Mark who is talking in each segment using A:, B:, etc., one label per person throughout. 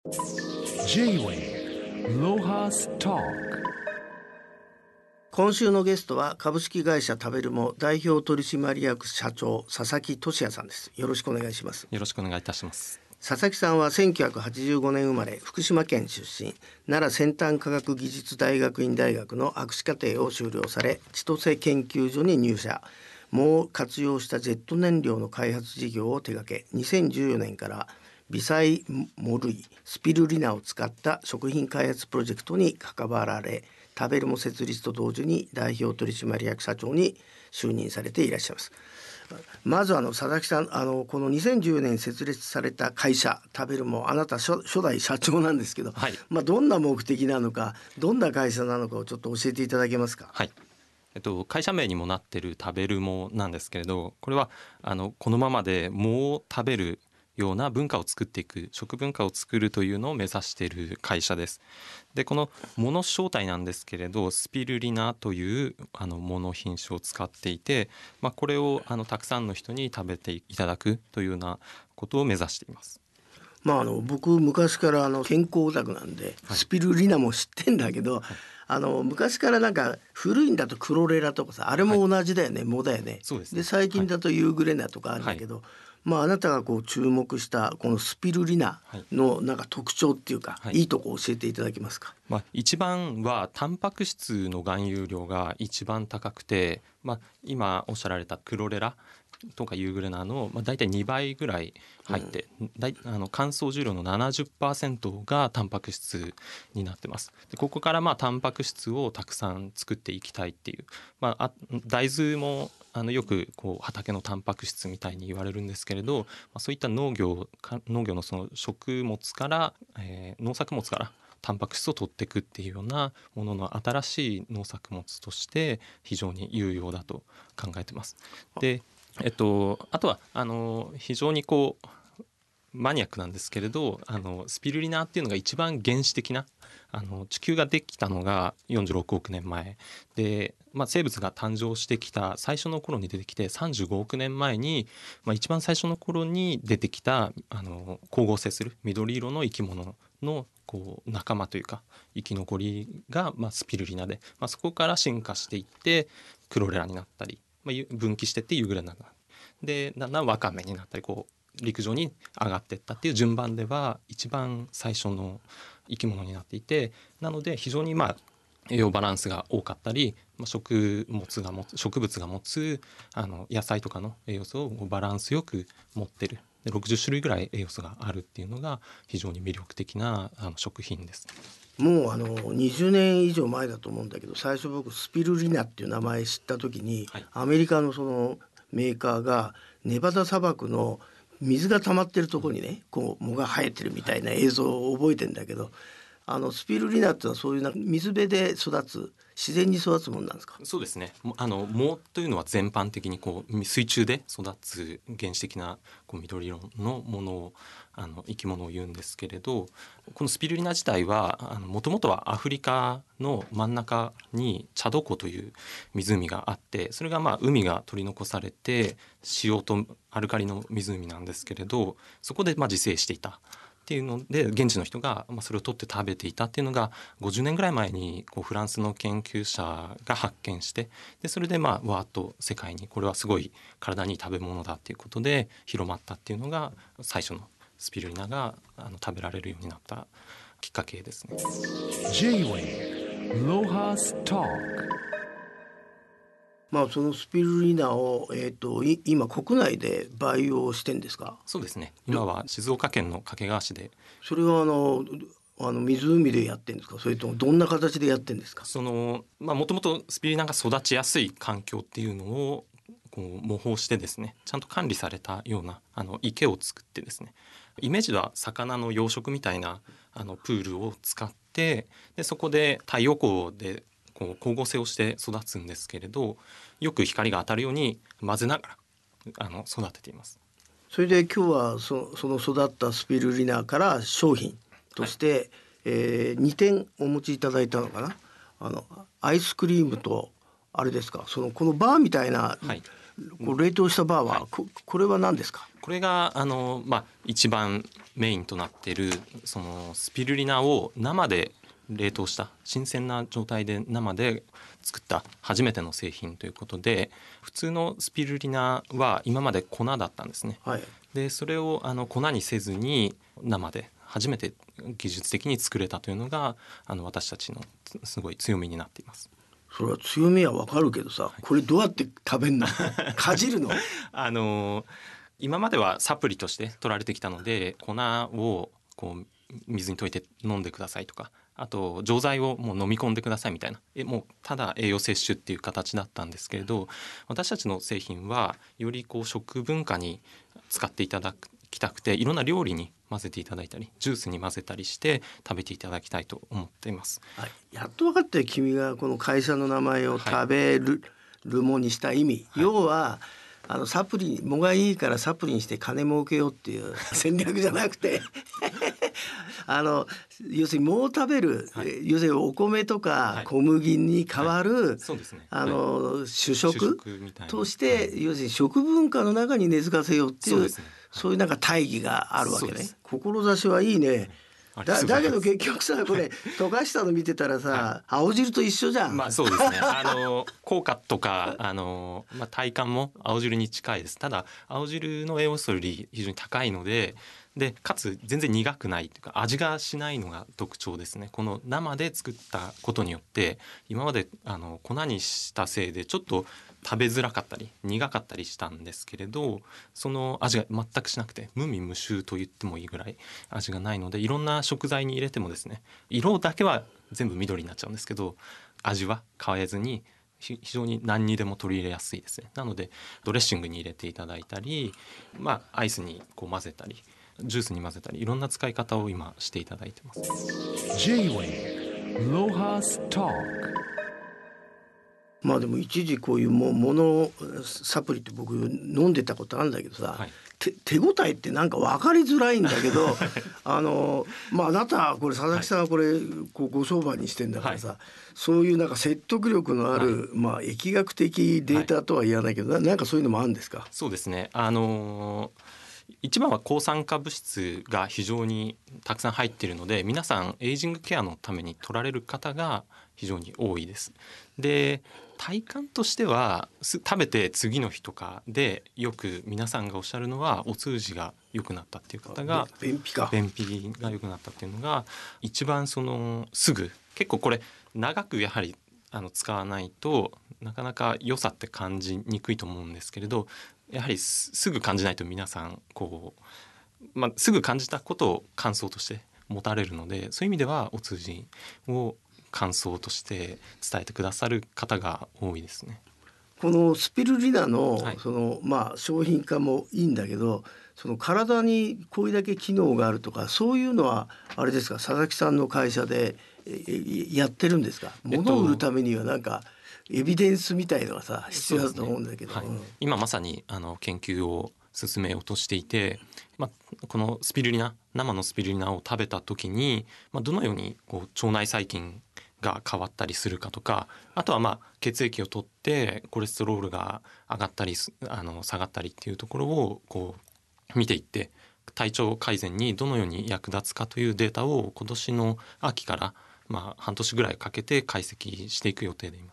A: J-Way ロハストーク。
B: 今週のゲストは株式会社食べるも代表取締役社長佐々木俊也さんです。よろしくお願いします。
C: よろしくお願いいたします。
B: 佐々木さんは1985年生まれ、福島県出身、奈良先端科学技術大学院大学の博士課程を修了され、千歳研究所に入社。藻を活用したジェット燃料の開発事業を手掛け、2014年から微細藻類スピルリナを使った食品開発プロジェクトに関わられ、食べるも設立と同時に代表取締役社長に就任されていらっしゃいます。まず佐々木さん、この2010年設立された会社食べるも、あなた初代社長なんですけど、
C: はい、
B: どんな目的なのか、どんな会社なのかをちょっと教えていただけますか。
C: はい、会社名にもなってる食べるもなんですけれど、これはこのままで藻を食べるような文化を作っていく、食文化を作るというのを目指している会社です。で、この藻の正体なんですけれど、スピルリナという藻の品種を使っていて、これをたくさんの人に食べていただくというようなことを目指しています。
B: 僕昔から健康オタクなんで、スピルリナも知ってんだけど、昔からなんか古いんだとクロレラとかさ、あれも同じだよね、藻だよね。
C: そうですね。
B: で最近だとユーグレナとかあるんだけど、あなたが注目したこのスピルリナのなんか特徴っていうか、いいとこ教えていただけますか。
C: 一番はタンパク質の含有量が一番高くて、今おっしゃられたクロレラとかユーグレナのだいたい2倍ぐらい入って、乾燥重量の 70% がタンパク質になってます。でここからタンパク質をたくさん作っていきたいっていう、大豆もよく畑のタンパク質みたいに言われるんですけれど、そういった農業のその食物から、農作物からタンパク質を取っていくっていうようなものの新しい農作物として非常に有用だと考えてます。で、あとは非常にマニアックなんですけれど、スピルリナっていうのが一番原始的な、地球ができたのが46億年前で、生物が誕生してきた最初の頃に出てきて35億年前に、一番最初の頃に出てきた光合成する緑色の生き物の仲間というか生き残りがスピルリナで、そこから進化していってクロレラになったり、分岐していってユーグレナでだんだんワカメになったり陸上に上がっていったっていう順番では一番最初の生き物になっていて、なので非常に栄養バランスが多かったり、植物が持つ野菜とかの栄養素をバランスよく持ってる、で60種類ぐらい栄養素があるっていうのが非常に魅力的な食品です。
B: もう20年以上前だと思うんだけど、最初僕スピルリナっていう名前知った時に、アメリカのそのメーカーがネバダ砂漠の水が溜まってるところにね、藻が生えてるみたいな映像を覚えてんだけど、スピルリナっていうのはそういう水辺で育つ、自然に育つものなんですか。
C: そうですね。藻というのは全般的に水中で育つ原始的な緑色のものを生き物を言うんですけれど、このスピルリナ自体はもともとはアフリカの真ん中にチャド湖という湖があって、それが海が取り残されて塩とアルカリの湖なんですけれど、そこで自生していたっていうので、現地の人がそれを取って食べていたっていうのが50年ぐらい前にフランスの研究者が発見して、でそれでわーっと世界にこれはすごい体にいい食べ物だっていうことで広まったっていうのが最初のスピルリナが食べられるようになったきっかけですね。
A: J-Way ロハストーク。
B: そのスピルリナを、今国内で培養してんですか。
C: そうですね。今は静岡県の掛川市で。
B: それは湖でやってんですか、それともどんな形でやってんですか。
C: もともとスピルリナが育ちやすい環境っていうのを模倣してですね、ちゃんと管理されたような池を作ってですね、イメージは魚の養殖みたいなプールを使って、でそこで太陽光で光合成をして育つんですけれど、よく光が当たるように混ぜながら育てています。
B: それで今日はその育ったスピルリナから商品として、2点お持ちいただいたのかな。アイスクリームとあれですか、このバーみたいなこれ冷凍したバーは、
C: はい、
B: これは何ですか？
C: これが一番メインとなっているそのスピルリナを生で冷凍した新鮮な状態で生で作った初めての製品ということで、普通のスピルリナは今まで粉だったんですね。
B: はい、
C: でそれを粉にせずに生で初めて技術的に作れたというのが私たちのすごい強みになっています。
B: それは強みはわかるけどさ、これどうやって食べんの？かじるの？
C: 今まではサプリとして取られてきたので、粉をこう水に溶いて飲んでくださいとか、あと錠剤をもう飲み込んでくださいみたいな、もうただ栄養摂取っていう形だったんですけれど、私たちの製品はよりこう食文化に使っていただきたくて、いろんな料理に混ぜていただいたりジュースに混ぜたりして食べていただきたいと思っています。
B: はい、やっと分かったよ、君がこの会社の名前を食べるもにした意味、はい、要はサプリもがいいからサプリにして金儲けようっていう戦略じゃなくて要するにもう食べる、はい、要するにお米とか小麦に代わる、主食として、要するに食文化の中に根付かせようっていう、そういうなんか大義があるわけね。志はいいね。だけど結局さ、これ溶かしたの見てたらさ、青汁と一緒じゃん。
C: そうですね。効果とか体感も青汁に近いです。ただ青汁の栄養素より非常に高いので、かつ全然苦くないというか味がしないのが特徴ですね。この生で作ったことによって、今まで粉にしたせいでちょっと食べづらかったり苦かったりしたんですけれど、その味が全くしなくて、無味無臭と言ってもいいぐらい味がないので、いろんな食材に入れてもですね、色だけは全部緑になっちゃうんですけど、味は変えずに非常に何にでも取り入れやすいですね。なのでドレッシングに入れていただいたり、アイスにこう混ぜたりジュースに混ぜたり、いろんな使い方を今していただいてます。
A: J-Way ロハストーク。
B: でも一時こういうものサプリって僕飲んでたことあるんだけどさ、はい、手応えってなんか分かりづらいんだけどあなたこれ佐々木さんはこれ、ご商売にしてんだからさ、はい、そういうなんか説得力のある、はい、疫学的データとは言わないけど、なんかそういうのもあるんですか？
C: そうですね、一番は抗酸化物質が非常にたくさん入っているので、皆さんエイジングケアのために取られる方が非常に多いです。で体感としては食べて次の日とかでよく皆さんがおっしゃるのは、お通じが良くなったっていう方が、
B: 便
C: 秘が良くなったっていうのが一番すぐ、結構これ長くやはり使わないとなかなか良さって感じにくいと思うんですけれど、やはりすぐ感じないと皆さんすぐ感じたことを感想として持たれるので、そういう意味ではお通じを感想として伝えてくださる方が多いですね。
B: このスピルリナの、
C: はい、
B: 商品化もいいんだけど、その体にこれだけ機能があるとか、そういうのはあれですか、佐々木さんの会社でやってるんですか？物を売るためにはなんかエビデンスみたいのがさ必要だと思うんだけど、
C: はい、今まさに研究を進めようとしていて、このスピルリナ、生のスピルリナを食べた時に、どのように腸内細菌が変わったりするかとか、あとは血液を取ってコレステロールが上がったり下がったりっていうところを見ていって、体調改善にどのように役立つかというデータを今年の秋から半年ぐらいかけて解析していく予定でいます。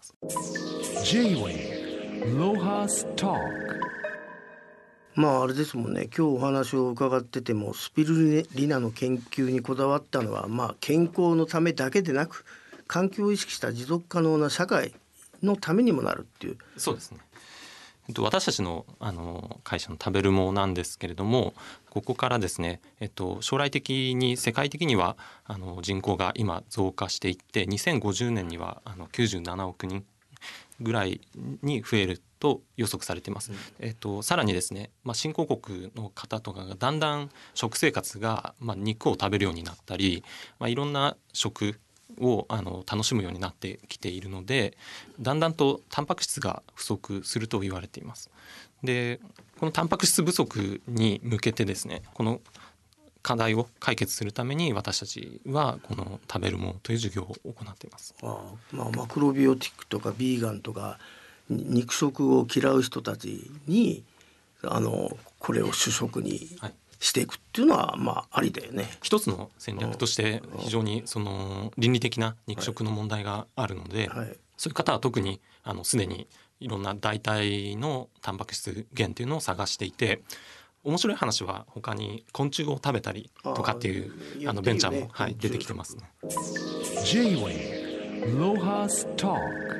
A: J-Way ロハストーク。
B: あれですもんね、今日お話を伺っててもスピルリナの研究にこだわったのは、健康のためだけでなく、環境を意識した持続可能な社会のためにもなるっていう。
C: そうですね。私たちの会社の食べるもなんですけれども、ここからですね、将来的に世界的には人口が今増加していって、2050年には97億人ぐらいに増えると予測されています。さらにですね、新興国の方とかがだんだん食生活が、肉を食べるようになったり、いろんな食を楽しむようになってきているので、だんだんとタンパク質が不足すると言われています。でこのタンパク質不足に向けてですね、この課題を解決するために私たちはこの食べるものという授業を行っています。
B: マクロビオティックとかビーガンとか肉食を嫌う人たちにこれを主食にしていくっていうのはありだよね。
C: 一つの戦略として非常にその倫理的な肉食の問題があるので、そういう方は特にすでにいろんな代替のタンパク質源っていうのを探していて、面白い話は他に昆虫を食べたりとかっていうベンチャーも、出てきてますね。
A: J-Way ロハスト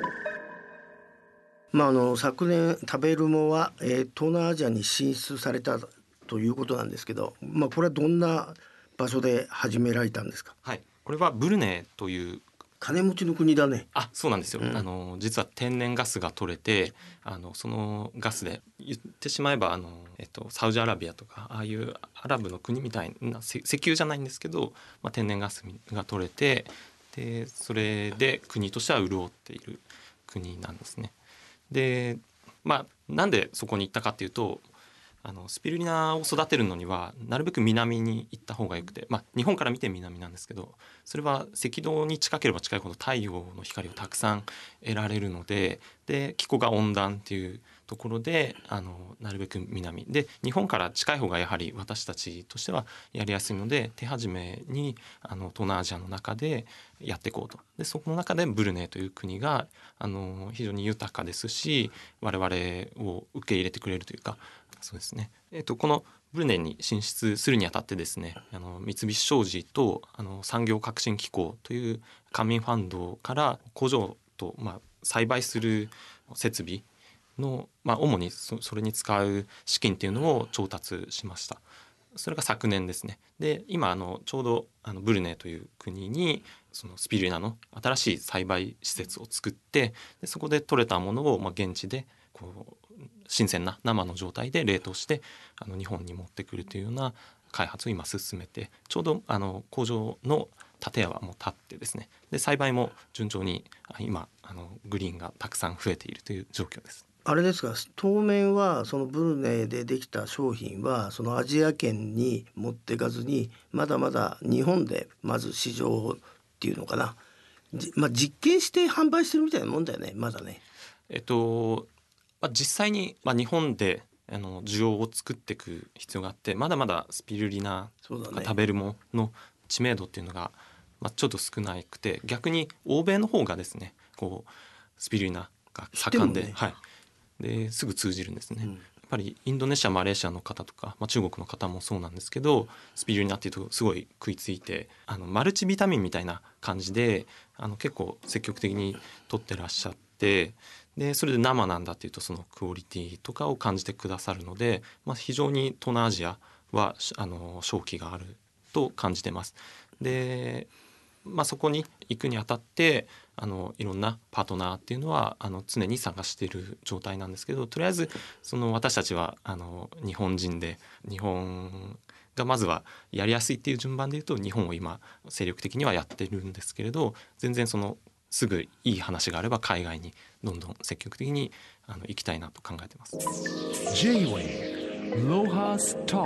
B: 昨年食べるもは、東南アジアに進出されたということなんですけど、これはどんな場所で始められたんですか？
C: これはブルネイという
B: 金持ちの国だね。
C: そうなんですよ、実は天然ガスが取れてそのガスで言ってしまえばサウジアラビアとかああいうアラブの国みたいな石油じゃないんですけど、天然ガスが取れて、でそれで国としては潤っている国なんですね。でなんでそこに行ったかっていうと、スピルリナを育てるのにはなるべく南に行った方がよくて、日本から見て南なんですけど、それは赤道に近ければ近いほど太陽の光をたくさん得られるので、気候が温暖っていうところでなるべく南で、日本から近い方がやはり私たちとしてはやりやすいので、手始めに東南アジアの中でやっていこうと。でそこの中でブルネイという国が非常に豊かですし、我々を受け入れてくれるというか、そうですね、このブルネイに進出するにあたってですね、三菱商事と産業革新機構という官民ファンドから工場と、栽培する設備の、主にそれに使う資金っていうのを調達しました。それが昨年ですね。で今ちょうどブルネイという国にそのスピルリナの新しい栽培施設を作って、でそこで採れたものを現地で新鮮な生の状態で冷凍して日本に持ってくるというような開発を今進めて、ちょうど工場の建屋はもう建ってですね、で栽培も順調に今グリーンがたくさん増えているという状況です。
B: あれですが、当面はそのブルネイでできた商品はそのアジア圏に持っていかずに、まだまだ日本でまず市場っていうのかな、実験して販売してるみたいなもんだよね、まだね。
C: 実際に日本で需要を作っていく必要があって、まだまだスピルリナとか食べるもの知名度っていうのがちょっと少なくて、逆に欧米の方がですねスピルリナが盛んで、ですぐ通じるんですね。やっぱりインドネシアマレーシアの方とか、中国の方もそうなんですけど、スピルリナっていうとすごい食いついてマルチビタミンみたいな感じで結構積極的に取ってらっしゃって、でそれで生なんだっていうとそのクオリティとかを感じてくださるので、非常に東南アジアは商機があると感じてます。で、そこに行くにあたっていろんなパートナーっていうのは常に探している状態なんですけど、とりあえず私たちは日本人で、日本がまずはやりやすいっていう順番でいうと日本を今精力的にはやってるんですけれど、全然すぐいい話があれば海外にどんどん積極的に行きたいなと考えてます。
A: J-Way ロハスト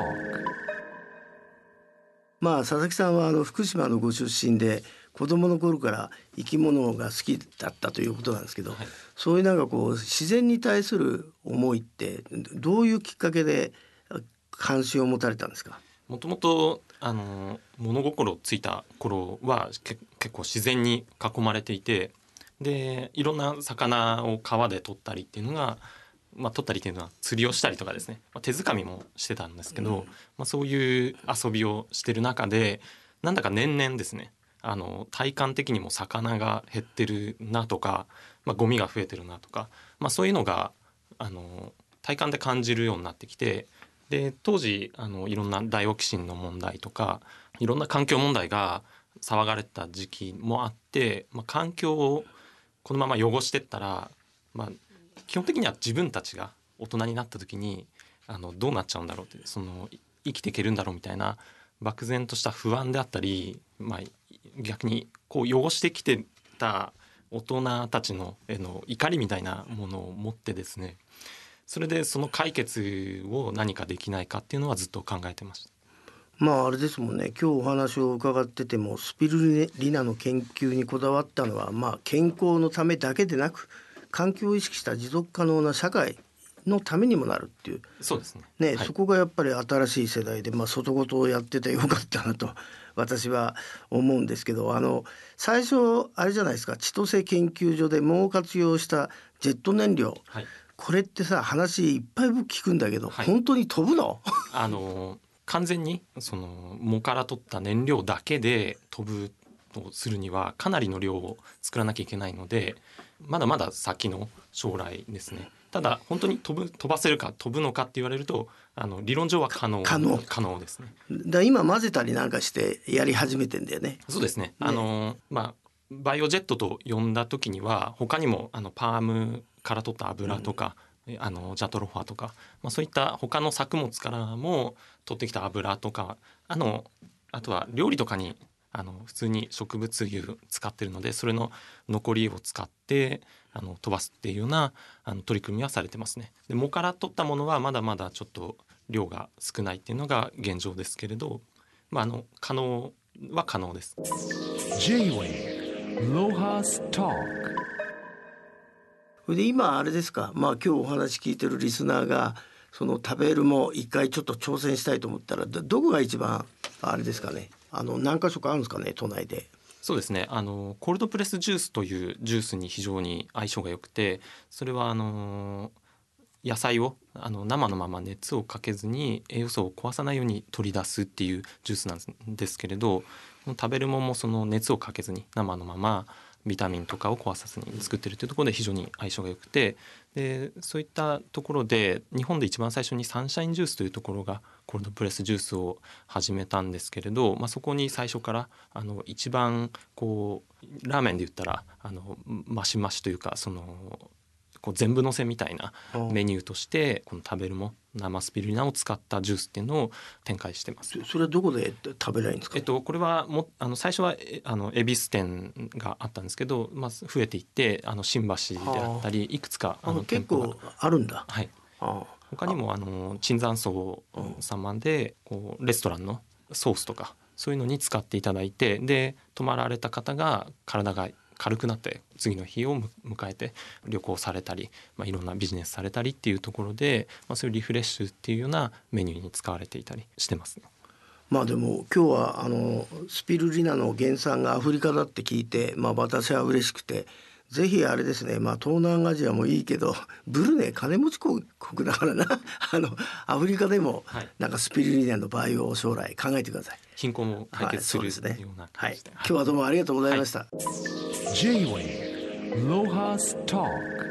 B: 佐々木さんは福島のご出身で、子供の頃から生き物が好きだったということなんですけど、そういう自然に対する思いってどういうきっかけで関心を持たれたんですか？
C: もともと物心ついた頃は結構自然に囲まれていて、でいろんな魚を川で取ったりっていうのが、取ったりっていうのは釣りをしたりとかですね、手づかみもしてたんですけど、そういう遊びをしてる中でなんだか年々ですね体感的にも魚が減ってるなとか、ゴミが増えてるなとか、そういうのが体感で感じるようになってきて、で当時いろんなダイオキシンの問題とかいろんな環境問題が騒がれた時期もあって、環境をこのまま汚してったら、基本的には自分たちが大人になった時にどうなっちゃうんだろうって、生きていけるんだろうみたいな漠然とした不安であったり、逆に汚してきてた大人たちの怒りみたいなものを持ってですね、それでその解決を何かできないかっていうのはずっと考えてました。
B: あれですもんね、今日お話を伺っててもスピルリナの研究にこだわったのは、健康のためだけでなく環境を意識した持続可能な社会のためにもなるっていう
C: そうですね。
B: ね、
C: はい、
B: そこがやっぱり新しい世代で、外事をやっててよかったなと私は思うんですけど、最初あれじゃないですか、千歳研究所で藻を活用したジェット燃料、
C: はい、
B: これってさ話いっぱい僕聞くんだけど、
C: はい、
B: 本当に飛ぶの？
C: 完全にその藻から取った燃料だけで飛ぶとするにはかなりの量を作らなきゃいけないので、まだまだ先の将来ですね。ただ本当に飛ばせるか飛ぶのかって言われると理論上は可能ですね。
B: 今混ぜたりなんかしてやり始めてんだよね。
C: そうですね。バイオジェットと呼んだ時には他にもパームから取った油とか、ジャトロファーとか、そういった他の作物からも取ってきた油とかあとは料理とかに普通に植物油使ってるので、それの残りを使って飛ばすっていうような取り組みはされてますね。で藻から取ったものはまだまだちょっと量が少ないっていうのが現状ですけれど、可能は可能です。
A: J-Way Lohas Talk。
B: それで今あれですか、今日お話聞いてるリスナーがその食べるも一回ちょっと挑戦したいと思ったらどこが一番あれですかね、何か所かあるんですかね、都内で。
C: そうですね。コールドプレスジュースというジュースに非常に相性が良くて、それは野菜を生のまま熱をかけずに栄養素を壊さないように取り出すっていうジュースなんですけれど、食べるもんもその熱をかけずに生のままビタミンとかを壊さずに作ってるというところで非常に相性が良くて、でそういったところで日本で一番最初にサンシャインジュースというところがコールドプレスジュースを始めたんですけれど、そこに最初から一番ラーメンで言ったらマシマシというか全部のせみたいなメニューとしてこの食べるも生スピルリナを使ったジュースっていうのを展開してます。
B: それはどこで食べられるんですか？
C: これは最初は恵比寿店があったんですけど、増えていって新橋であったりいくつか
B: 結構あるんだ。
C: はい、他にも椿山荘様でレストランのソースとかそういうのに使っていただいて、で泊まられた方が体が軽くなって次の日を迎えて旅行されたり、いろんなビジネスされたりっていうところで、そういうリフレッシュっていうようなメニューに使われていたりしてますね。
B: でも今日はスピルリナの原産がアフリカだって聞いて、私は嬉しくて、ぜひあれですね、東南アジアもいいけどブルネイ金持ち国だからなアフリカでもなんかスピルリナの場合を将来考えてください。
C: 貧困も解決する、
B: そうですね。
C: ような感じで、
B: 今日はどうもありがとうございました。
A: J-Way Lohas Talk。